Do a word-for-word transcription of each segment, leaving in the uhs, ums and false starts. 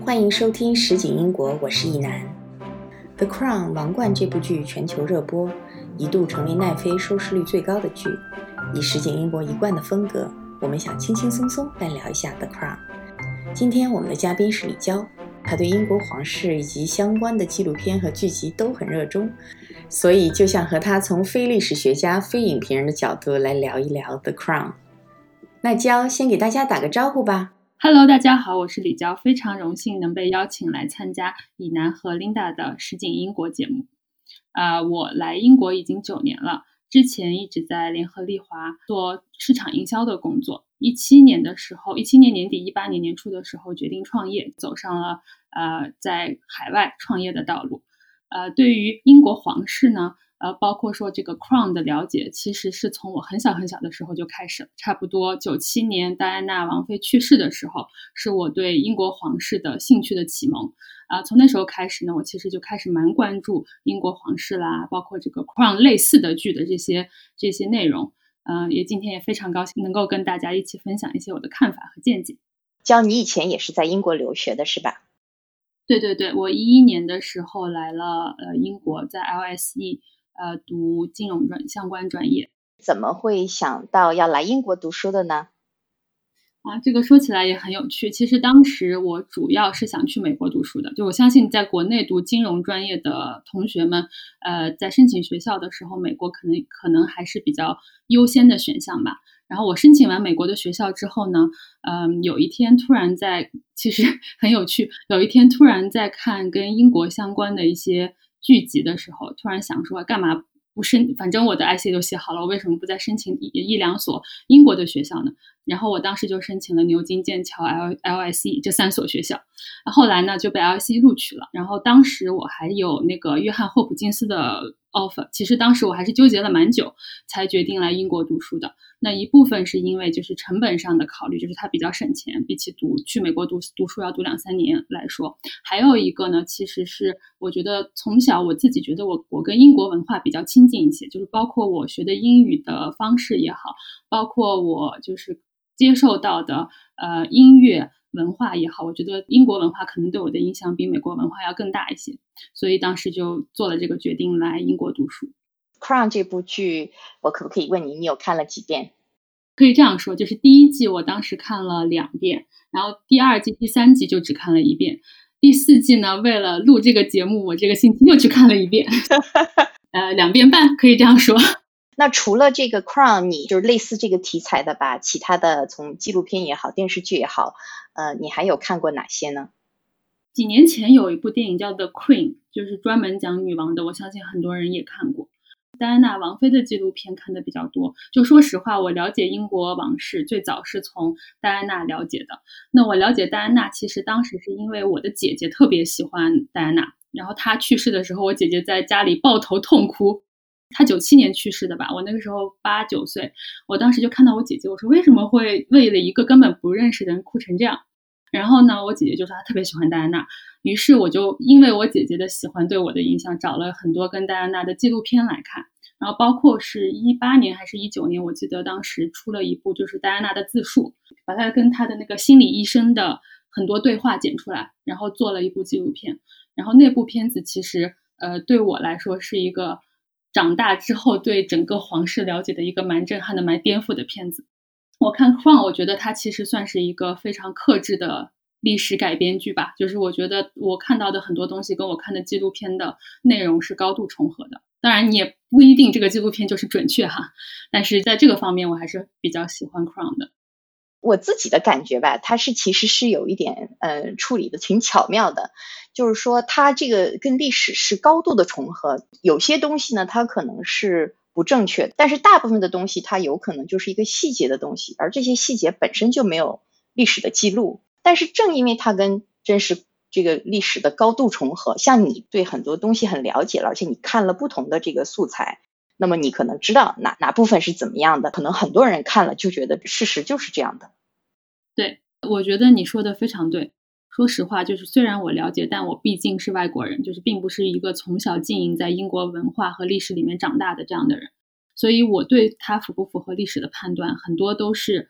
欢迎收听实景英国，我是一楠。The Crown 王冠这部剧全球热播，一度成为奈飞收视率最高的剧。以实景英国一贯的风格，我们想轻轻松松来聊一下 The Crown。今天我们的嘉宾是李娇，他对英国皇室以及相关的纪录片和剧集都很热衷，所以就想和他从非历史学家、非影评人的角度来聊一聊 The Crown。那娇先给大家打个招呼吧。 Hello， 大家好，我是李娇，非常荣幸能被邀请来参加以楠和 Linda 的实景英国节目。呃，我来英国已经九年了，之前一直在联合利华做市场营销的工作。一七年的时候，一七年年底、一八年年初的时候决定创业，走上了呃在海外创业的道路。呃，对于英国皇室呢，呃，包括说这个 Crown 的了解，其实是从我很小很小的时候就开始了。差不多九七年戴安娜王妃去世的时候，是我对英国皇室的兴趣的启蒙。啊、呃，从那时候开始呢，我其实就开始蛮关注英国皇室啦，包括这个 Crown 类似的剧的这些这些内容。嗯、呃，也今天也非常高兴能够跟大家一起分享一些我的看法和见解。 娇，你以前也是在英国留学的是吧？ 对对对，我一一年的时候来了呃英国，在 L S E 呃读金融专相关专业。 怎么会想到要来英国读书的呢？ 啊，这个说起来也很有趣。其实当时我主要是想去美国读书的，就我相信在国内读金融专业的同学们，呃，在申请学校的时候，美国可能可能还是比较优先的选项吧。然后我申请完美国的学校之后呢，嗯，有一天突然在，其实很有趣，有一天突然在看跟英国相关的一些剧集的时候，突然想说干嘛不申，反正我的 I C 都写好了，我为什么不再申请一一两所英国的学校呢？然后我当时就申请了牛津、剑桥、L LSE 这三所学校，后来呢就被 L S E 录取了。然后当时我还有那个约翰霍普金斯的 offer， 其实当时我还是纠结了蛮久，才决定来英国读书的。那一部分是因为就是成本上的考虑，就是它比较省钱，比起读去美国读读书要读两三年来说。还有一个呢，其实是我觉得从小我自己觉得我我跟英国文化比较亲近一些，就是包括我学的英语的方式也好，包括我就是接受到的呃音乐文化也好，我觉得英国文化可能对我的影响比美国文化要更大一些，所以当时就做了这个决定来英国读书。 Crown 这部剧，我可不可以问你，你有看了几遍？ 可以这样说，就是第一季我当时看了两遍，然后第二季、第三季就只看了一遍，第四季呢，为了录这个节目，我这个星期又去看了一遍，呃，两遍半，可以这样说。 那除了这个 Crown， 你就是类似这个题材的吧？其他的从纪录片也好，电视剧也好，呃，你还有看过哪些呢？ 几年前有一部电影叫 The Queen， 就是专门讲女王的，我相信很多人也看过。戴安娜王妃的纪录片看的比较多，就说实话，我了解英国王室最早是从戴安娜了解的。那我了解戴安娜，其实当时是因为我的姐姐特别喜欢戴安娜，然后她去世的时候，我姐姐在家里抱头痛哭。她九七年去世的吧，我那个时候八九岁，我当时就看到我姐姐，我说为什么会为了一个根本不认识的人哭成这样？然后呢，我姐姐就说她特别喜欢戴安娜，于是我就因为我姐姐的喜欢对我的影响，找了很多跟戴安娜的纪录片来看，然后包括是一八年还是一九年，我记得当时出了一部就是戴安娜的自述，把她跟她的那个心理医生的很多对话剪出来，然后做了一部纪录片。然后那部片子其实呃对我来说是一个长大之后对整个皇室了解的一个蛮震撼的、蛮颠覆的片子。我看 Crown， 我觉得它其实算是一个非常克制的历史改编剧吧，就是我觉得我看到的很多东西跟我看的纪录片的内容是高度重合的。当然你也不一定这个纪录片就是准确哈，但是在这个方面我还是比较喜欢 Crown 的。 我自己的感觉吧，它是其实是有一点呃处理的挺巧妙的，就是说它这个跟历史是高度的重合，有些东西呢它可能是不正确的，但是大部分的东西它有可能就是一个细节的东西，而这些细节本身就没有历史的记录，但是正因为它跟真实这个历史的高度重合，像你对很多东西很了解了，而且你看了不同的这个素材，那么你可能知道哪哪部分是怎么样的，可能很多人看了就觉得事实就是这样的。 对，我觉得你说的非常对。说实话，就是虽然我了解，但我毕竟是外国人，就是并不是一个从小浸淫在英国文化和历史里面长大的这样的人，所以我对它符不符合历史的判断，很多都是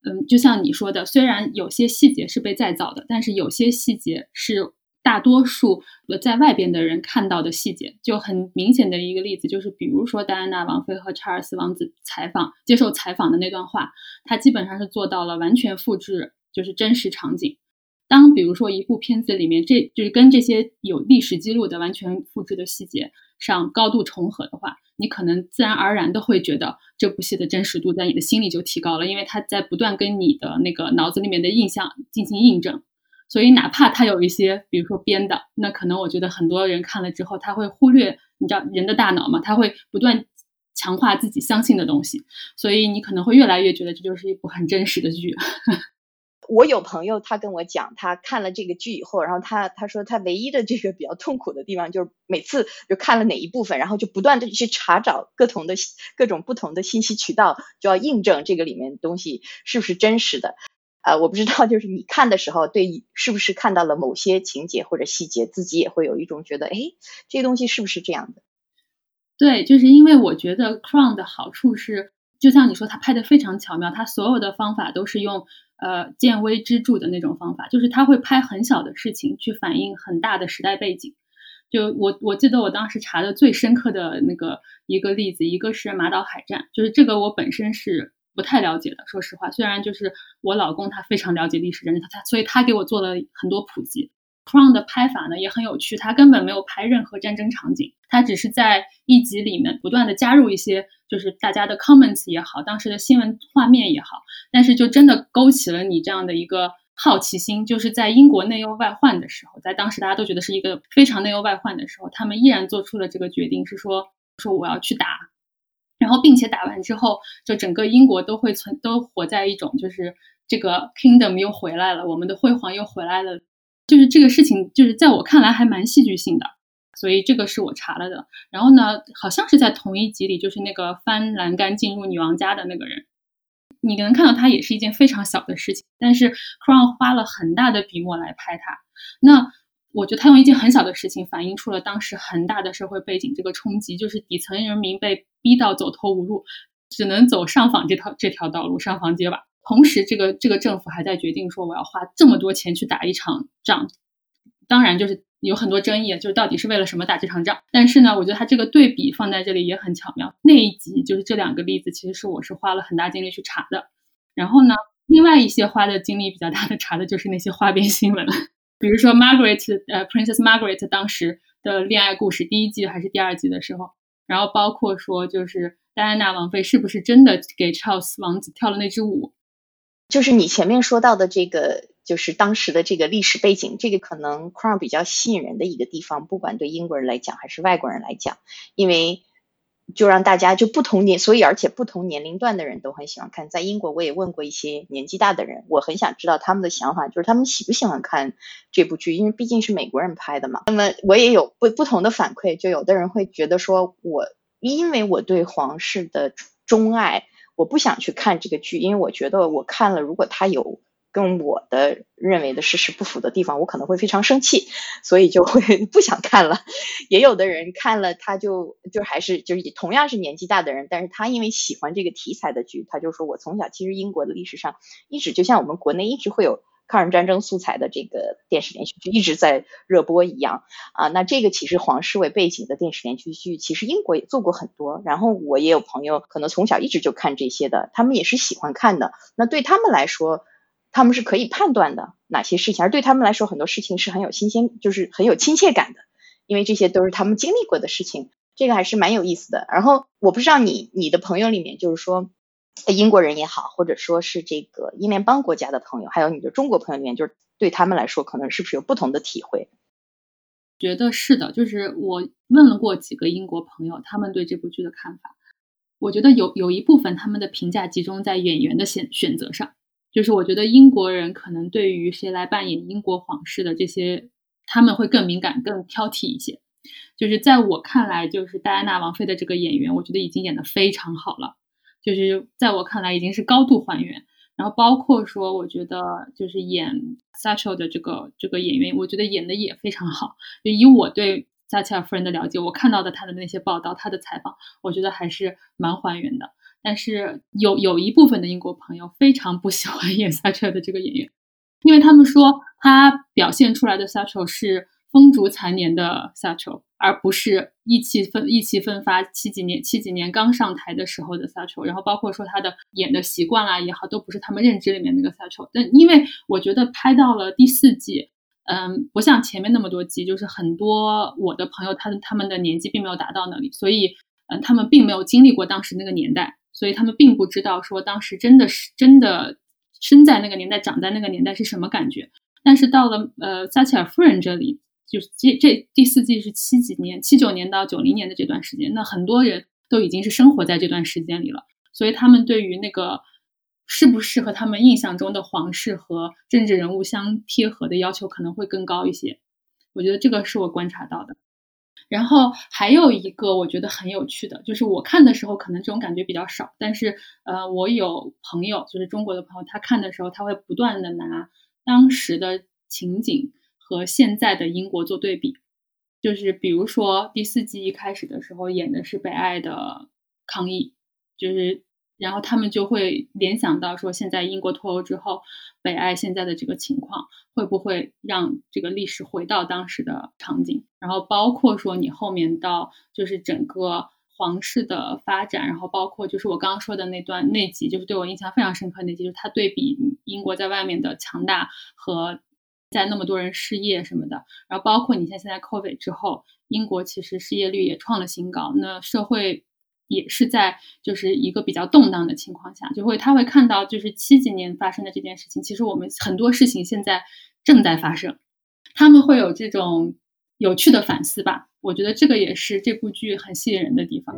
嗯，就像你说的，虽然有些细节是被再造的，但是有些细节是大多数在外边的人看到的细节。就很明显的一个例子，就是比如说戴安娜王妃和查尔斯王子采访接受采访的那段话，他基本上是做到了完全复制，就是真实场景。当比如说一部片子里面这就是跟这些有历史记录的完全复制的细节上高度重合的话，你可能自然而然的会觉得这部戏的真实度在你的心里就提高了，因为它在不断跟你的那个脑子里面的印象进行印证。所以哪怕它有一些比如说编的，那可能我觉得很多人看了之后他会忽略，你知道人的大脑嘛，他会不断强化自己相信的东西，所以你可能会越来越觉得这就是一部很真实的剧。 我有朋友他跟我讲，他看了这个剧以后，然后他他说他唯一的这个比较痛苦的地方就是每次就看了哪一部分，然后就不断的去查找各同的各种不同的信息渠道，就要印证这个里面东西是不是真实的。呃，我不知道就是你看的时候，对是不是看到了某些情节或者细节，自己也会有一种觉得，哎，这些东西是不是这样的？ 对，就是因为我觉得 Crown 的好处是，就像你说，他拍的非常巧妙，他所有的方法都是用呃见微知著的那种方法，就是他会拍很小的事情去反映很大的时代背景。就我我记得我当时查的最深刻的那个一个例子，一个是马岛海战，就是这个我本身是不太了解的，说实话，虽然就是我老公他非常了解历史人，他他所以他给我做了很多普及。Crown 的拍法呢也很有趣，他根本没有拍任何战争场景，他只是在一集里面不断的加入一些就是大家的 comments 也好，当时的新闻画面也好，但是就真的勾起了你这样的一个好奇心，就是在英国内忧外患的时候，在当时大家都觉得是一个非常内忧外患的时候，他们依然做出了这个决定，是说说我要去打，然后并且打完之后，就整个英国都会存都活在一种就是这个 kingdom 又回来了，我们的辉煌又回来了，就是这个事情就是在我看来还蛮戏剧性的，所以这个是我查了的。然后呢，好像是在同一集里，就是那个翻栏杆进入女王家的那个人，你能看到他也是一件非常小的事情，但是 Crown 花了很大的笔墨来拍他。那我觉得他用一件很小的事情反映出了当时很大的社会背景，这个冲击就是底层人民被逼到走投无路，只能走上访这条这条道路，上访街吧。同时这个这个政府还在决定说我要花这么多钱去打一场仗，当然就是有很多争议，就是到底是为了什么打这场仗。但是呢，我觉得他这个对比放在这里也很巧妙。那一集就是这两个例子，其实是我是花了很大精力去查的。然后呢，另外一些花的精力比较大的查的就是那些花边新闻了，比如说 Margaret 呃 Princess Margaret 当时的恋爱故事，第一季还是第二季的时候，然后包括说就是戴安娜王妃是不是真的给 Charles 王子跳了那支舞。 就是你前面说到的这个，就是当时的这个历史背景，这个可能 Crown 比较吸引人的一个地方，不管对英国人来讲还是外国人来讲，因为就让大家就不同年，所以而且不同年龄段的人都很喜欢看。在英国我也问过一些年纪大的人，我很想知道他们的想法，就是他们喜不喜欢看这部剧，因为毕竟是美国人拍的嘛。那么我也有不不同的反馈，就有的人会觉得说，我因为我对皇室的钟爱，我不想去看这个剧，因为我觉得我看了，如果他有跟我的认为的事实不符的地方，我可能会非常生气，所以就会不想看了。也有的人看了，他就就还是就是同样是年纪大的人，但是他因为喜欢这个题材的剧，他就说我从小其实英国的历史上一直就像我们国内一直会有抗日战争素材的这个电视连续剧一直在热播一样啊。那这个其实皇室为背景的电视连续剧，其实英国也做过很多。然后我也有朋友可能从小一直就看这些的，他们也是喜欢看的。那对他们来说，他们是可以判断的哪些事情，而对他们来说，很多事情是很有新鲜，就是很有亲切感的，因为这些都是他们经历过的事情，这个还是蛮有意思的。然后我不知道你你的朋友里面，就是说英国人也好，或者说是这个英联邦国家的朋友，还有你的中国朋友里面，就是对他们来说，可能是不是有不同的体会？ 觉得是的，就是我问了过几个英国朋友，他们对这部剧的看法，我觉得有有一部分他们的评价集中在演员的选选择上，就是我觉得英国人可能对于谁来扮演英国皇室的这些，他们会更敏感、更挑剔一些。就是在我看来，就是戴安娜王妃的这个演员，我觉得已经演得非常好了，就是在我看来已经是高度还原。然后包括说，我觉得就是演 Satchel 的这个这个演员，我觉得演的也非常好。就以我对撒切尔夫人的了解，我看到的他的那些报道，他的采访，我觉得还是蛮还原的。 但是有有一部分的英国朋友非常不喜欢演 Satchel 的这个演员，因为他们说他表现出来的 Satchel 是风烛残年的 Satchel， 而不是意气奋意气奋发七几年七几年刚上台的时候的 Satchel。然后包括说他的演的习惯啦也好，都不是他们认知里面那个 Satchel。但因为我觉得拍到了第四季，嗯，不像前面那么多集，就是很多我的朋友他他们的年纪并没有达到那里，所以嗯，他们并没有经历过当时那个年代，所以他们并不知道说当时真的是真的生在那个年代长在那个年代是什么感觉。但是到了呃撒切尔夫人这里，就是这这第四季是七几年七九年到九零年的这段时间，那很多人都已经是生活在这段时间里了，所以他们对于那个是不是和他们印象中的皇室和政治人物相贴合的要求可能会更高一些，我觉得这个是我观察到的。然后还有一个我觉得很有趣的，就是我看的时候可能这种感觉比较少，但是呃，我有朋友就是中国的朋友，他看的时候他会不断的拿当时的情景和现在的英国做对比，就是比如说第四季一开始的时候演的是北爱的抗议，就是然后他们就会联想到说现在英国脱欧之后北爱现在的这个情况会不会让这个历史回到当时的场景，然后包括说你后面到就是整个皇室的发展，然后包括就是我刚刚说的那段那集，就是对我印象非常深刻那集，就是他对比英国在外面的强大和在那么多人失业什么的，然后包括你像现在 COVID 之后，英国其实失业率也创了新高，那社会也是在就是一个比较动荡的情况下，就会他会看到就是七几年发生的这件事情，其实我们很多事情现在正在发生，他们会有这种有趣的反思吧，我觉得这个也是这部剧很吸引人的地方。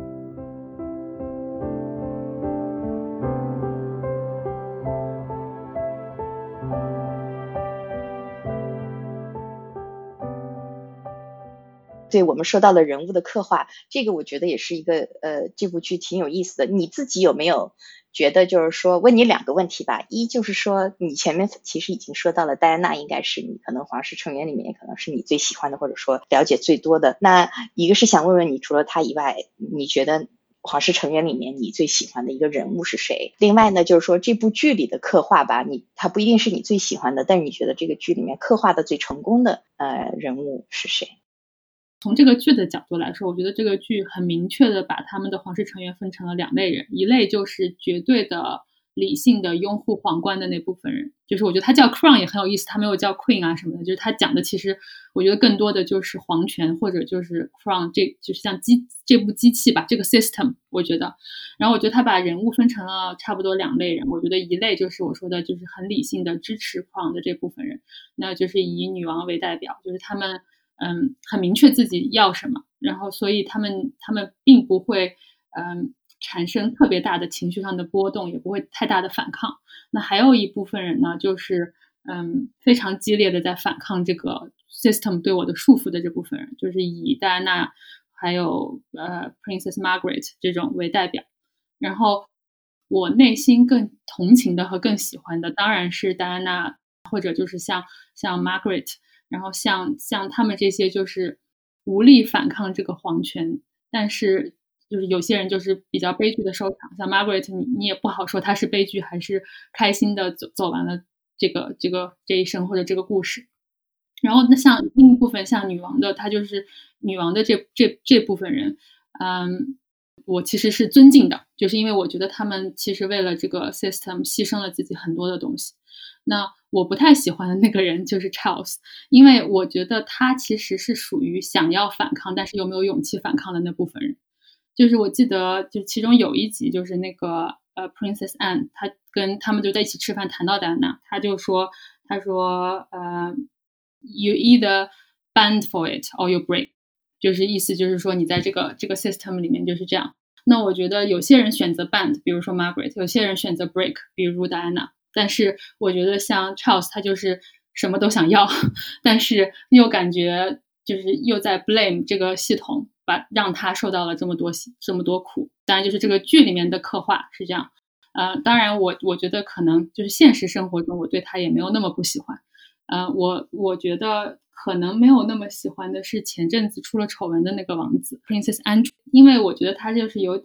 对，我们说到了人物的刻画，这个我觉得也是一个呃，这部剧挺有意思的。你自己有没有觉得就是说问你两个问题吧，一就是说你前面其实已经说到了戴安娜应该是你可能皇室成员里面可能是你最喜欢的，或者说了解最多的。那一个是想问问你除了她以外，你觉得皇室成员里面你最喜欢的一个人物是谁？另外呢，就是说这部剧里的刻画吧，你它不一定是你最喜欢的，但是你觉得这个剧里面刻画的最成功的呃人物是谁？ 从这个剧的角度来说，我觉得这个剧很明确的把他们的皇室成员分成了两类人，一类就是绝对的理性的拥护皇冠的那部分人，就是我觉得他叫 Crown 也很有意思，他没有叫 Queen 啊什么的，就是他讲的其实我觉得更多的就是皇权或者就是 Crown， 这就是像机这部机器吧，这个 system 我觉得。然后我觉得他把人物分成了差不多两类人，我觉得一类就是我说的就是很理性的支持 Crown 的这部分人，那就是以女王为代表，就是他们嗯，很明确自己要什么，然后所以他们他们并不会嗯产生特别大的情绪上的波动，也不会太大的反抗。那还有一部分人呢，就是嗯非常激烈的在反抗这个 system 对我的束缚的这部分人，就是以戴安娜还有呃 Princess Margaret 这种为代表。然后我内心更同情的和更喜欢的当然是戴安娜，或者就是像像 Margaret。然后像像他们这些就是无力反抗这个皇权，但是就是有些人就是比较悲剧的收场，像 Margaret 你你也不好说他是悲剧还是开心的走走完了这个这个这一生或者这个故事。然后那像另一部分像女王的，她就是女王的这这这部分人，嗯，我其实是尊敬的，就是因为我觉得他们其实为了这个 system 牺牲了自己很多的东西。那我不太喜欢的那个人就是 Charles， 因为我觉得他其实是属于想要反抗，但是又没有勇气反抗的那部分人。就是我记得，就其中有一集，就是那个呃 Princess Anne， 她跟他们就在一起吃饭，谈到戴安娜，他就说，他说呃 You either band for it or you break， 就是意思就是说你在这个这个 system 里面就是这样。那我觉得有些人选择 band， 比如说 Margaret， 有些人选择 break， 比如戴安娜。但是我觉得像 Charles 他就是什么都想要，但是又感觉就是又在 blame 这个系统，把让他受到了这么多这么多苦。当然就是这个剧里面的刻画是这样，呃，当然我我觉得可能就是现实生活中我对他也没有那么不喜欢，呃，我我觉得可能没有那么喜欢的是前阵子出了丑闻的那个王子 Princess Andrew， 因为我觉得他就是有点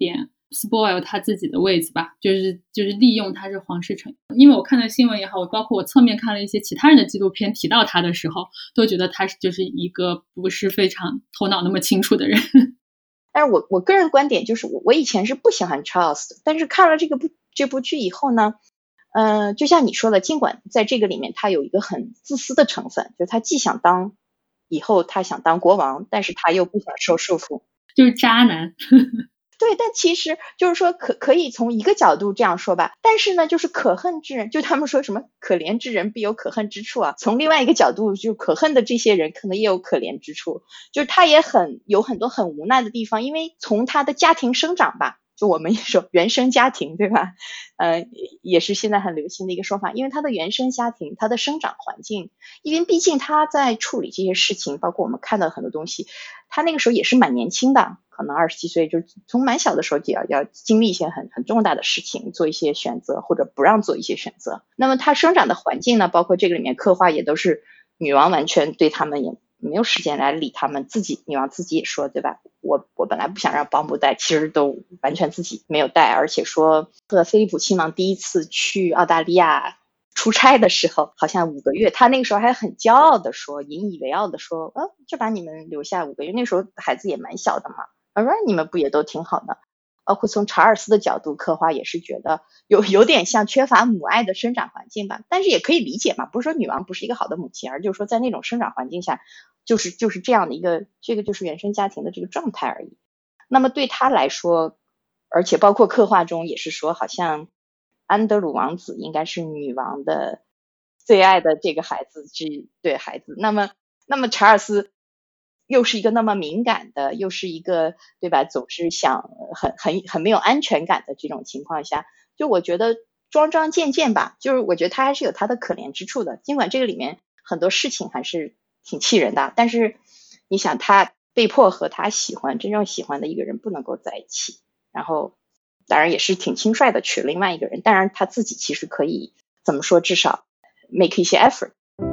spoil 他自己的位子吧，就是就是利用他是皇室成员。因为我看的新闻也好，我包括我侧面看了一些其他人的纪录片提到他的时候，都觉得他就是一个不是非常头脑那么清楚的人。 但是我我个人观点就是我我以前是不喜欢 Charles 的，但是看了这个部这部剧以后呢，呃，就像你说的，尽管在这个里面他有一个很自私的成分，就是他既想当以后他想当国王，但是他又不想受束缚， 就是渣男。 对，但其实就是说可可以从一个角度这样说吧，但是呢，就是可恨之人，就他们说什么可怜之人必有可恨之处啊。从另外一个角度，就可恨的这些人可能也有可怜之处，就是他也很有很多很无奈的地方，因为从他的家庭生长吧，就我们也说原生家庭，对吧？呃，也是现在很流行的一个说法，因为他的原生家庭，他的生长环境，因为毕竟他在处理这些事情，包括我们看到很多东西，他那个时候也是蛮年轻的。可能二十几岁，就从蛮小的时候就要要经历一些很很重大的事情，做一些选择或者不让做一些选择。那么他生长的环境呢，包括这个里面刻画也都是女王完全对他们也没有时间来理他们，自己女王自己也说，对吧？我我本来不想让保姆带，其实都完全自己没有带，而且说和菲利普亲王第一次去澳大利亚出差的时候，好像五个月，他那个时候还很骄傲的说，引以为傲的说，呃，就把你们留下五个月，那时候孩子也蛮小的嘛。我说你们不也都挺好的？包括从查尔斯的角度刻画，也是觉得有有点像缺乏母爱的生长环境吧，但是也可以理解嘛，不是说女王不是一个好的母亲，而就是说在那种生长环境下，就是就是这样的一个，这个就是原生家庭的这个状态而已。那么对他来说，而且包括刻画中也是说，好像安德鲁王子应该是女王的最爱的这个孩子之对孩子，那么那么查尔斯又是一个那么敏感的，又是一个对吧，总是想很很很没有安全感的这种情况下，就我觉得桩桩件件吧，就是我觉得他还是有他的可怜之处的，尽管这个里面很多事情还是挺气人的，但是你想他被迫和他喜欢真正喜欢的一个人不能够在一起，然后当然也是挺轻率的娶了另外一个人，当然他自己其实可以怎么说，至少 make 一些 effort。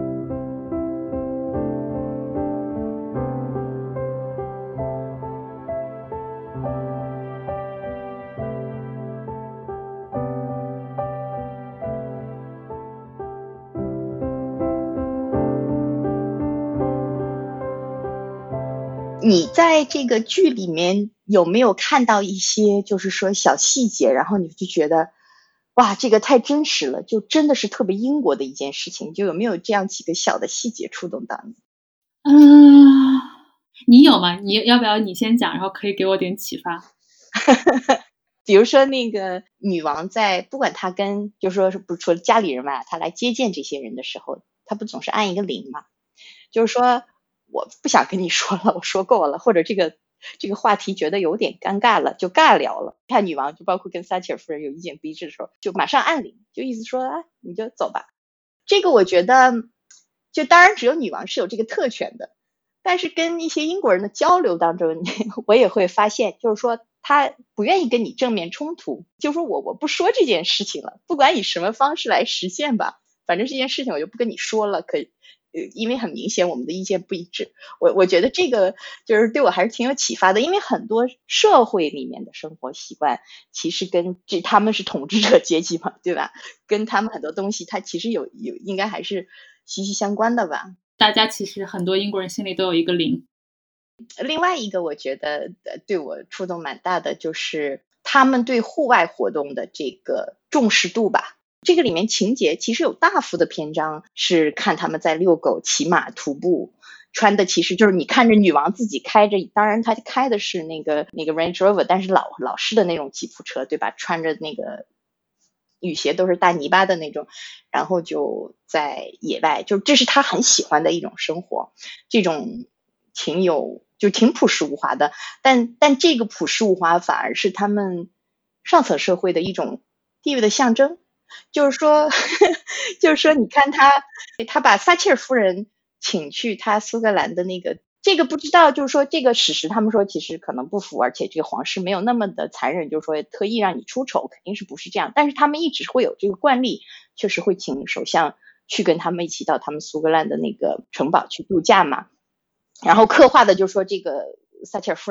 你在这个剧里面有没有看到一些就是说小细节，然后你就觉得哇这个太真实了，就真的是特别英国的一件事情，就有没有这样几个小的细节触动到你？ 嗯、呃，你有吗？你要不要你先讲，然后可以给我点启发？ 比如说那个女王在不管她跟就说是不除了家里人嘛，她来接见这些人的时候，她不总是按一个铃嘛，就是说我不想跟你说了，我说够了，或者这个这个话题觉得有点尴尬了，就尬聊了。看女王就包括跟撒切尔夫人有意见不一致的时候，就马上按铃，就意思说啊你就走吧。这个我觉得就当然只有女王是有这个特权的，但是跟一些英国人的交流当中我也会发现，就是说他不愿意跟你正面冲突，就说我我不说这件事情了，不管以什么方式来实现吧，反正这件事情我就不跟你说了，可以呃，因为很明显我们的意见不一致。我我觉得这个就是对我还是挺有启发的，因为很多社会里面的生活习惯其实跟这他们是统治者阶级嘛，对吧？跟他们很多东西它其实有有应该还是息息相关的吧。 大家其实很多英国人心里都有一个铃。 另外一个我觉得对我触动蛮大的，就是他们对户外活动的这个重视度吧。这个里面情节其实有大幅的篇章是看他们在遛狗、骑马、徒步，穿的其实就是你看着女王自己开着，当然她开的是那个那个 Range Rover， 但是老老式的那种吉普车，对吧？穿着那个雨鞋都是大泥巴的那种，然后就在野外，就这是他很喜欢的一种生活，这种挺有就挺朴实无华的，但但这个朴实无华反而是他们上层社会的一种地位的象征。就是说就是说你看他他把撒切尔夫人请去他苏格兰的那个，这个不知道就是说这个史实他们说其实可能不符，而且这个皇室没有那么的残忍，就是说特意让你出丑，肯定是不是这样，但是他们一直会有这个惯例，确实会请首相去跟他们一起到他们苏格兰的那个城堡去度假嘛。然后刻画的就是说这个撒切尔夫人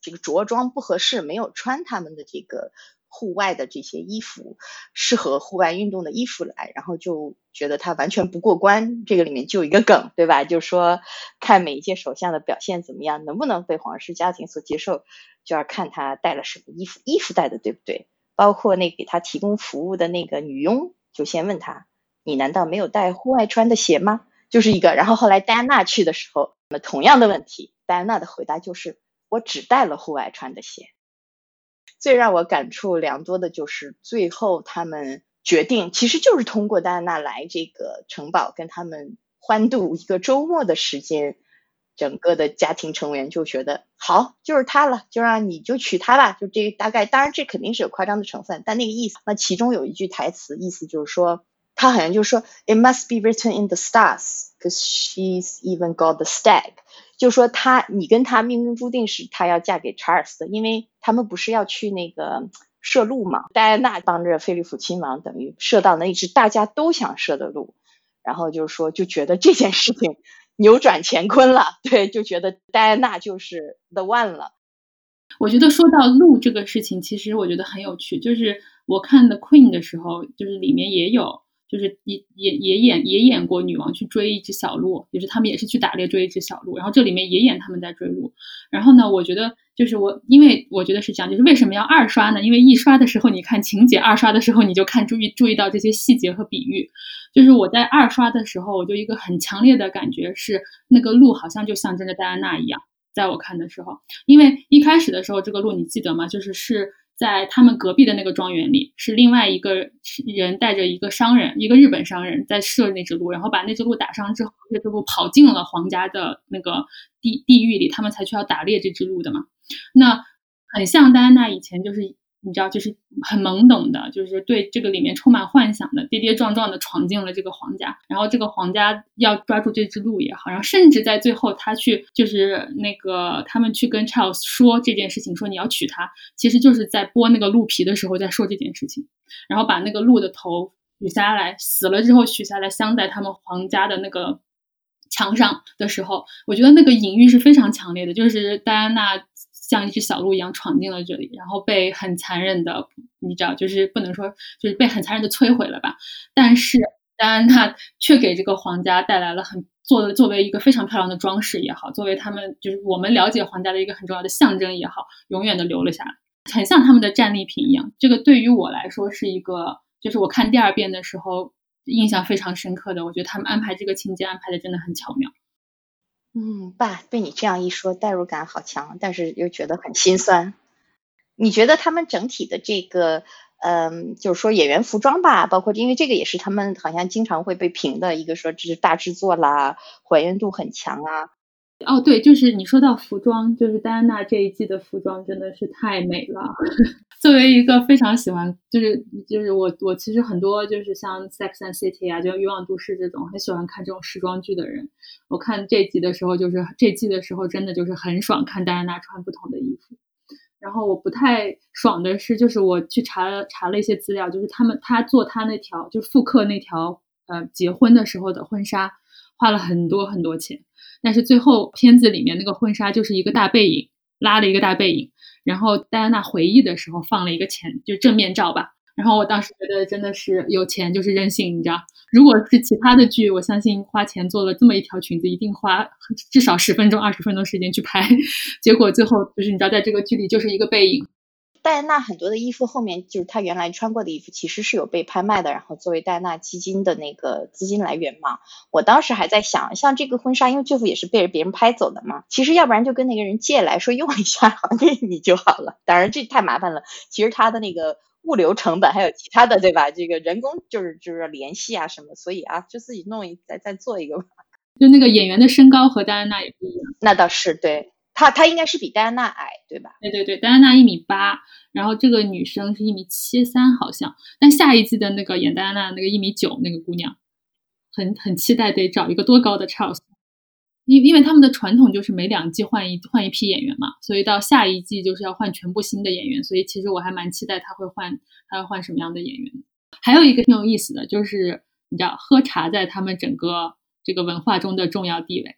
这个着装不合适，没有穿他们的这个户外的这些衣服，适合户外运动的衣服来，然后就觉得他完全不过关。这个里面就有一个梗，对吧？就说看每一届首相的表现怎么样，能不能被皇室家庭所接受，就要看他带了什么衣服，衣服带的对不对？包括那给他提供服务的那个女佣，就先问他，你难道没有带户外穿的鞋吗？就是一个。然后后来戴安娜去的时候，那么同样的问题，戴安娜的回答就是我只带了户外穿的鞋。最让我感触良多的就是最后他们决定，其实就是通过戴安娜来这个城堡跟他们欢度一个周末的时间，整个的家庭成员就觉得好，就是他了，就让你就娶她吧，就这个大概。当然这肯定是有夸张的成分，但那个意思，那其中有一句台词意思就是说，他好像就说 It must be written in the stars because she's even got the stag， 就说他你跟他命中注定是他要嫁给查尔斯的，因为他们不是要去那个射鹿嘛，戴安娜帮着菲利普亲王等于射到那一只大家都想射的鹿，然后就说就觉得这件事情扭转乾坤了，对，就觉得戴安娜就是 the one 了。 我觉得说到鹿这个事情，其实我觉得很有趣，就是我看的 Queen 的时候，就是里面也有，就是也也也演也演过女王去追一只小鹿，就是他们也是去打猎追一只小鹿，然后这里面也演他们在追鹿。然后呢，我觉得就是我，因为我觉得是这样，就是为什么要二刷呢？因为一刷的时候你看情节，二刷的时候你就看注意注意到这些细节和比喻。就是我在二刷的时候，我就一个很强烈的感觉是，那个鹿好像就象征着戴安娜一样。在我看的时候，因为一开始的时候，这个鹿你记得吗？就是是在他们隔壁的那个庄园里，是另外一个人带着一个商人，一个日本商人在射那只鹿，然后把那只鹿打伤之后，这只鹿跑进了皇家的那个地地狱里，他们才去要打猎这只鹿的嘛。那很像戴安娜以前就是。你知道，就是很懵懂的，就是对这个里面充满幻想的，跌跌撞撞的闯进了这个皇家，然后这个皇家要抓住这只鹿也好，然后甚至在最后他去就是那个他们去跟 Charles 说这件事情，说你要娶她，其实就是在剥那个鹿皮的时候在说这件事情，然后把那个鹿的头取下来，死了之后取下来镶在他们皇家的那个墙上的时候，我觉得那个隐喻是非常强烈的，就是戴安娜像一只小鹿一样闯进了这里，然后被很残忍的，你知道，就是不能说就是被很残忍的摧毁了吧，但是戴安娜却给这个皇家带来了很作为作为一个非常漂亮的装饰也好，作为他们就是我们了解皇家的一个很重要的象征也好，永远的留了下来，很像他们的战利品一样。这个对于我来说是一个，就是我看第二遍的时候印象非常深刻的，我觉得他们安排这个情节安排的真的很巧妙。 嗯，爸，被你这样一说，代入感好强，但是又觉得很心酸。你觉得他们整体的这个，嗯，就是说演员服装吧，包括因为这个也是他们好像经常会被评的一个，说这是大制作啦，还原度很强啊。 哦，对，就是你说到服装，就是戴安娜这一季的服装真的是太美了。作为一个非常喜欢，就是就是我我其实很多就是像 Sex and City 啊，就欲望都市这种很喜欢看这种时装剧的人，我看这季的时候，就是这季的时候真的就是很爽，看戴安娜穿不同的衣服。然后我不太爽的是，就是我去查了查了一些资料，就是他们他做他那条就是复刻那条呃结婚的时候的婚纱，花了很多很多钱。但是最后片子里面那个婚纱就是一个大背影，拉了一个大背影，然后戴安娜回忆的时候放了一个前就正面照吧，然后我当时觉得真的是有钱就是任性，你知道，如果是其他的剧，我相信花钱做了这么一条裙子，一定花至少十分钟、二十分钟时间去拍，结果最后就是你知道，在这个剧里就是一个背影。 戴安娜很多的衣服后面就是她原来穿过的衣服，其实是有被拍卖的，然后作为戴安娜基金的那个资金来源嘛。我当时还在想，像这个婚纱，因为最后也是被别人拍走的嘛，其实要不然就跟那个人借来说用一下，还给你就好了。当然这太麻烦了，其实他的那个物流成本还有其他的，对吧？这个人工就是就是联系啊什么，所以啊，就自己弄一再再做一个吧。 就那个演员的身高和戴安娜也不一样。 那倒是，对。她她应该是比戴安娜矮，对吧？ 对对对，戴安娜一米八，然后这个女生是一米七三好像，但下一季的那个演戴安娜那个一米九那个姑娘，很很期待得找一个多高的 Charles， 因因为他们的传统就是每两季换一换一批演员嘛，所以到下一季就是要换全部新的演员，所以其实我还蛮期待他会换他会换什么样的演员。还有一个挺有意思的，就是你知道喝茶在他们整个这个文化中的重要地位。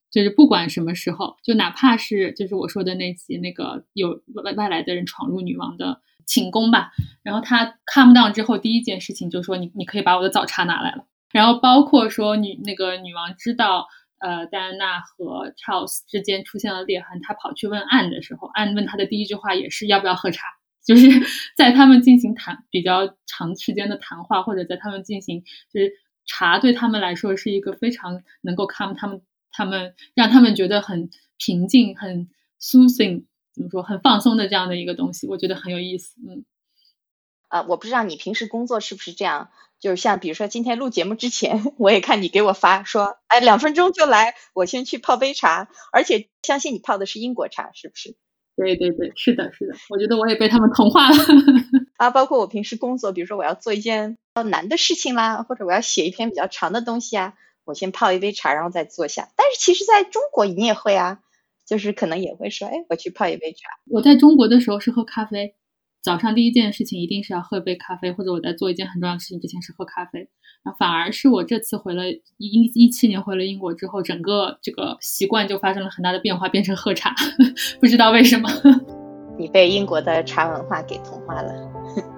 就是不管什么时候，就哪怕是就是我说的那集那个有外外来的人闯入女王的寝宫吧，然后他 calm down 之后，第一件事情就说你你可以把我的早茶拿来了。然后包括说女那个女王知道呃戴安娜和 Charles 之间出现了裂痕，她跑去问安的时候，安问她的第一句话也是要不要喝茶。就是在他们进行谈比较长时间的谈话，或者在他们进行就是茶对他们来说是一个非常能够 calm 他们他们让他们觉得很平静很 soothing 怎么说很放松的这样的一个东西，我觉得很有意思。嗯， 啊、我不知道你平时工作是不是这样，就是像比如说今天录节目之前，我也看你给我发说，哎，两分钟就来，我先去泡杯茶，而且相信你泡的是英国茶，是不是？ 对对对，是的，是的，我觉得我也被他们同化了。 啊，包括我平时工作，比如说我要做一件比较难的事情啦，或者我要写一篇比较长的东西啊，我先泡一杯茶，然后再坐下。但是其实在中国你也会啊，就是可能也会说，哎，我去泡一杯茶。 我在中国的时候是喝咖啡，早上第一件事情一定是要喝杯咖啡，或者我在做一件很重要的事情之前是喝咖啡。然后反而是我这次回了一一七年回了英国之后，整个这个习惯就发生了很大的变化，变成喝茶，不知道为什么。 你被英国的茶文化给同化了。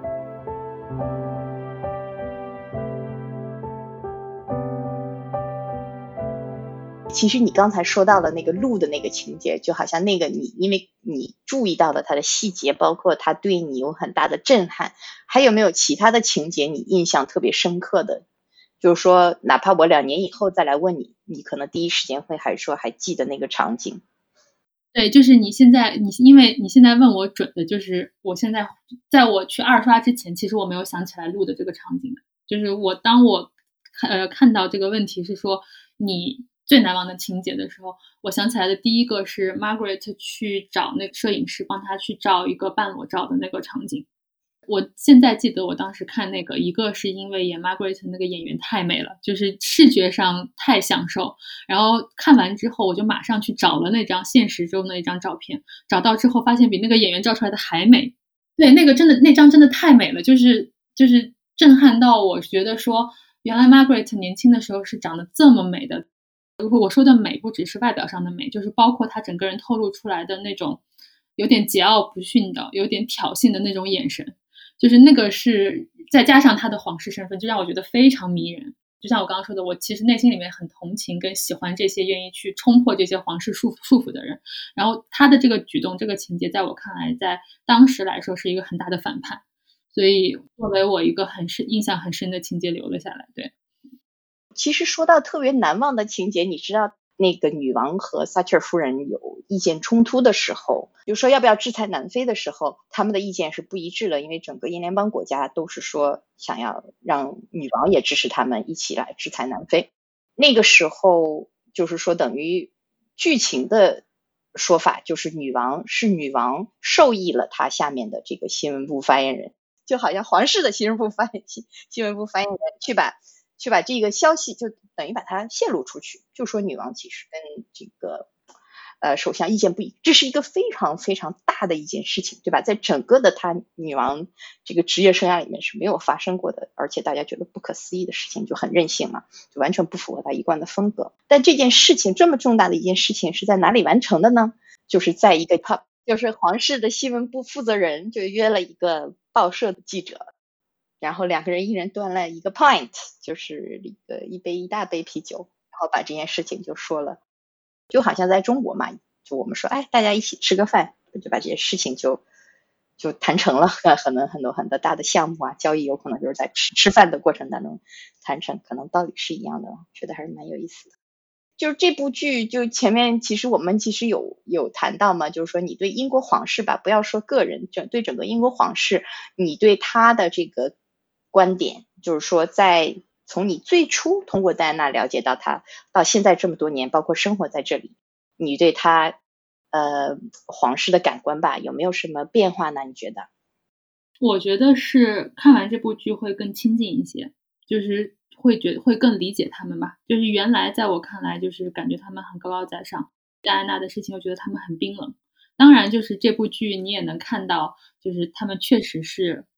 其实你刚才说到了那个鹿的那个情节，就好像那个你因为你注意到了它的细节，包括它对你有很大的震撼，还有没有其他的情节你印象特别深刻的？就是说哪怕我两年以后再来问你，你可能第一时间会还说还记得那个场景。 对，就是你现在你因为你现在问我准的，就是我现在在我去二刷之前，其实我没有想起来录的这个场景的。就是我当我呃看到这个问题是说你最难忘的情节的时候，我想起来的第一个是 Margaret 去找那个摄影师帮她去照一个半裸照的那个场景。我现在记得我当时看那个，一个是因为演 Margaret 那个演员太美了，就是视觉上太享受。然后看完之后，我就马上去找了那张现实中的一张照片，找到之后发现比那个演员照出来的还美。对，那个真的那张真的太美了，就是就是震撼到我觉得说，原来 Margaret 年轻的时候是长得这么美的。如果我说的美不只是外表上的美，就是包括她整个人透露出来的那种有点桀骜不驯的、有点挑衅的那种眼神。就是那个是再加上他的皇室身份，就让我觉得非常迷人。就像我刚刚说的，我其实内心里面很同情跟喜欢这些愿意去冲破这些皇室束束缚的人。然后他的这个举动、这个情节，在我看来，在当时来说是一个很大的反叛，所以作为我一个很深、印象很深的情节留了下来。对， 其实说到特别难忘的情节，你知道那个女王和撒切尔夫人有意见冲突的时候，比如说要不要制裁南非的时候，他们的意见是不一致的，因为整个英联邦国家都是说想要让女王也支持他们一起来制裁南非。那个时候就是说等于剧情的说法就是女王是女王授意了她下面的这个新闻部发言人，就好像皇室的新闻部发言新闻部发言人去把去把这个消息就等于把它泄露出去，就说女王其实跟这个呃首相意见不一，这是一个非常非常大的一件事情，对吧？在整个的她女王这个职业生涯里面是没有发生过的，而且大家觉得不可思议的事情，就很任性嘛，就完全不符合她一贯的风格。但这件事情这么重大的一件事情是在哪里完成的呢？就是在一个 pub， 就是皇室的新闻部负责人就约了一个报社的记者，然后两个人一人端了一个 pint， 就是一个一杯一大杯啤酒，然后把这件事情就说了，就好像在中国嘛，就我们说，哎，大家一起吃个饭，就把这些事情就就谈成了。可能很多很多大的项目啊，交易有可能就是在吃吃饭的过程当中谈成，可能道理是一样的，觉得还是蛮有意思的。就是这部剧，就前面其实我们其实有有谈到嘛，就是说你对英国皇室吧，不要说个人，整对整个英国皇室，你对他的这个观点，就是说在从你最初通过戴安娜了解到他，到现在这么多年，包括生活在这里，你对他呃皇室的感官吧，有没有什么变化呢？你觉得？ 我觉得是看完这部剧会更亲近一些，就是会觉会更理解他们吧。就是原来在我看来，就是感觉他们很高高在上，戴安娜的事情，我觉得他们很冰冷。当然，就是这部剧你也能看到，就是他们确实是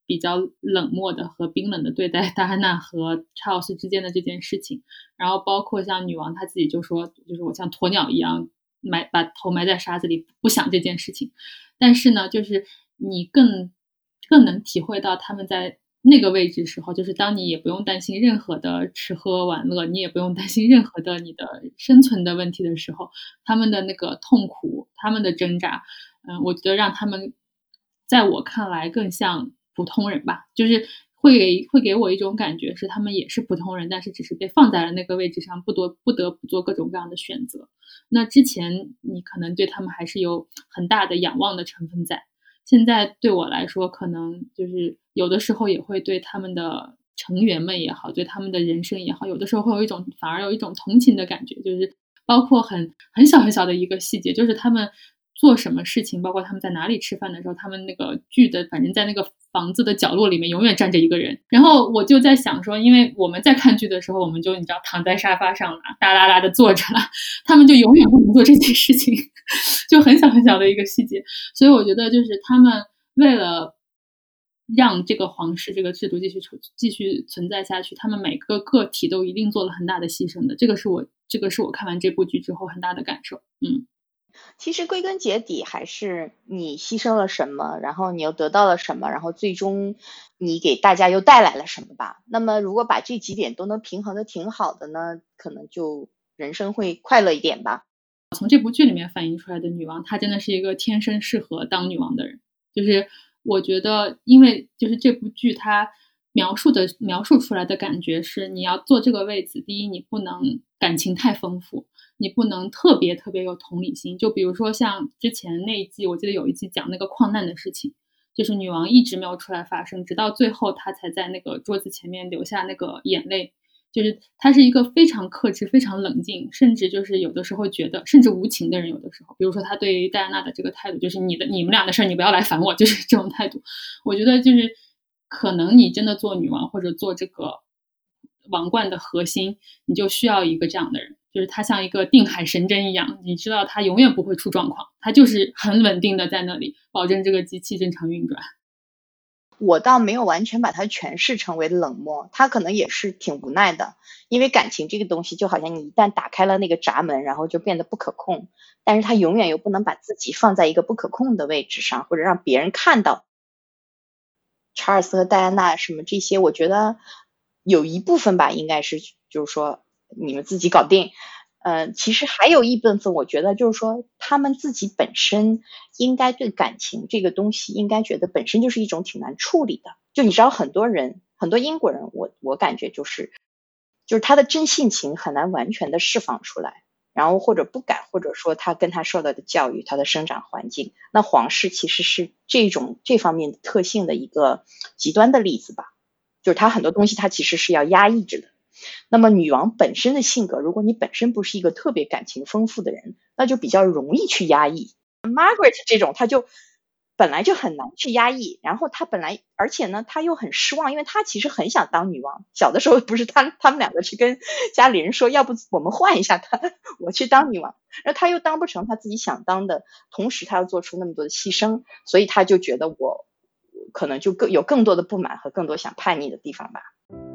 比较冷漠的和冰冷的对待戴安娜和查尔斯之间的这件事情。然后包括像女王她自己就说，就是我像鸵鸟一样埋把头埋在沙子里，不想这件事情。但是呢，就是你更更能体会到他们在那个位置时候，就是当你也不用担心任何的吃喝玩乐，你也不用担心任何的你的生存的问题的时候，他们的那个痛苦，他们的挣扎，嗯，我觉得让他们在我看来更像普通人吧，就是会给会给我一种感觉是他们也是普通人，但是只是被放在了那个位置上，不多不得不做各种各样的选择。那之前你可能对他们还是有很大的仰望的成分在，现在对我来说，可能就是有的时候也会对他们的成员们也好，对他们的人生也好，有的时候会有一种反而有一种同情的感觉，就是包括很很小很小的一个细节，就是他们做什么事情，包括他们在哪里吃饭的时候，他们那个剧的反正在那个房子的角落里面永远站着一个人。然后我就在想说，因为我们在看剧的时候，我们就你知道躺在沙发上了，大啦啦的坐着了，他们就永远不能做这件事情，就很小很小的一个细节。所以我觉得就是他们为了让这个皇室这个制度继续继续存在下去，他们每个个体都一定做了很大的牺牲的。这个是我这个是我看完这部剧之后很大的感受。嗯。 其实归根结底还是你牺牲了什么，然后你又得到了什么，然后最终你给大家又带来了什么吧。那么如果把这几点都能平衡的挺好的呢，可能就人生会快乐一点吧。 从这部剧里面反映出来的女王，她真的是一个天生适合当女王的人。就是我觉得，因为就是这部剧它描述的描述出来的感觉是，你要坐这个位子，第一，你不能感情太丰富，你不能特别特别有同理心。就比如说像之前那一季，我记得有一季讲那个矿难的事情，就是女王一直没有出来发声，直到最后她才在那个桌子前面流下那个眼泪。就是她是一个非常克制、非常冷静，甚至就是有的时候觉得甚至无情的人。有的时候，比如说她对于戴安娜的这个态度，就是你的你们俩的事儿，你不要来烦我，就是这种态度。我觉得就是可能你真的做女王或者做这个王冠的核心，你就需要一个这样的人，就是他像一个定海神针一样，你知道他永远不会出状况，他就是很稳定的在那里保证这个机器正常运转。 我倒没有完全把它诠释成为冷漠，他可能也是挺无奈的，因为感情这个东西就好像你一旦打开了那个闸门，然后就变得不可控，但是他永远又不能把自己放在一个不可控的位置上，或者让别人看到。查尔斯和戴安娜什么这些，我觉得有一部分吧，应该是就是说你们自己搞定。呃，其实还有一部分，我觉得就是说他们自己本身应该对感情这个东西，应该觉得本身就是一种挺难处理的。就你知道，很多人，很多英国人，我我感觉就是，就是他的真性情很难完全的释放出来，然后或者不敢，或者说他跟他受到的教育，他的生长环境，那皇室其实是这种这方面的特性的一个极端的例子吧。就是他很多东西他其实是要压抑着的。那么女王本身的性格，如果你本身不是一个特别感情丰富的人，那就比较容易去压抑。Margaret 这种，他就本来就很难去压抑，然后他本来，而且呢，他又很失望，因为他其实很想当女王。小的时候不是他他们两个去跟家里人说，要不我们换一下他，我去当女王，然后他又当不成他自己想当的，同时他要做出那么多的牺牲，所以他就觉得我可能就更有更多的不满和更多想叛逆的地方吧。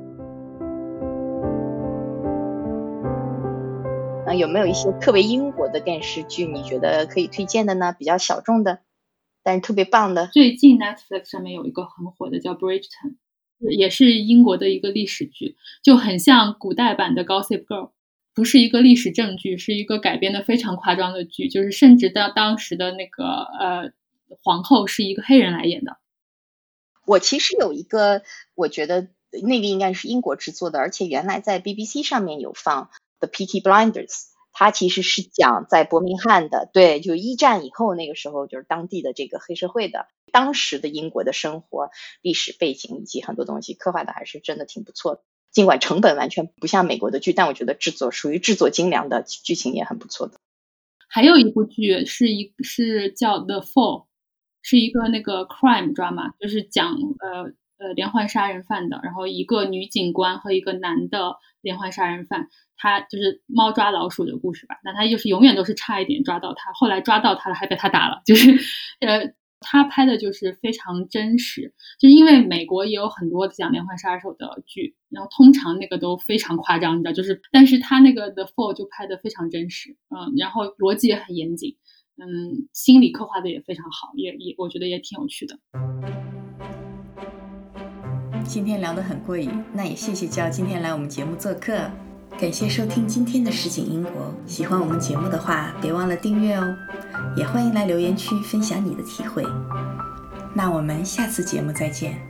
呃，有没有一些特别英国的电视剧你觉得可以推荐的呢？比较小众的，但是特别棒的。 最近 Netflix 上面有一个很火的叫 Bridgerton， 也是英国的一个历史剧，就很像古代版的 Gossip Girl， 不是一个历史正剧，是一个改编的非常夸张的剧，就是甚至到当时的那个呃皇后是一个黑人来演的。 我其实有一个，我觉得那个应该是英国制作的，而且原来在 B B C 上面有放 The Peaky Blinders， 它其实是讲在伯明翰的，对，就一战以后那个时候就是当地的这个黑社会的，当时的英国的生活、历史背景以及很多东西刻画的还是真的挺不错的。尽管成本完全不像美国的剧，但我觉得制作属于制作精良的，剧情也很不错的。 还有一部剧是一是叫 The Fall， 是一个那个 crime drama， 就是讲呃呃连环杀人犯的，然后一个女警官和一个男的连环杀人犯，他就是猫抓老鼠的故事吧，但他就是永远都是差一点抓到他，后来抓到他了还被他打了，就是呃他拍的就是非常真实，就因为美国也有很多讲连环杀手的剧，然后通常那个都非常夸张，你知道，就是但是他那个 The Fall 就拍的非常真实，嗯，然后逻辑也很严谨，嗯，心理刻画的也非常好，也也我觉得也挺有趣的。 今天聊得很过瘾，那也谢谢焦今天来我们节目做客。感谢收听今天的实景英国，喜欢我们节目的话别忘了订阅哦，也欢迎来留言区分享你的体会。那我们下次节目再见。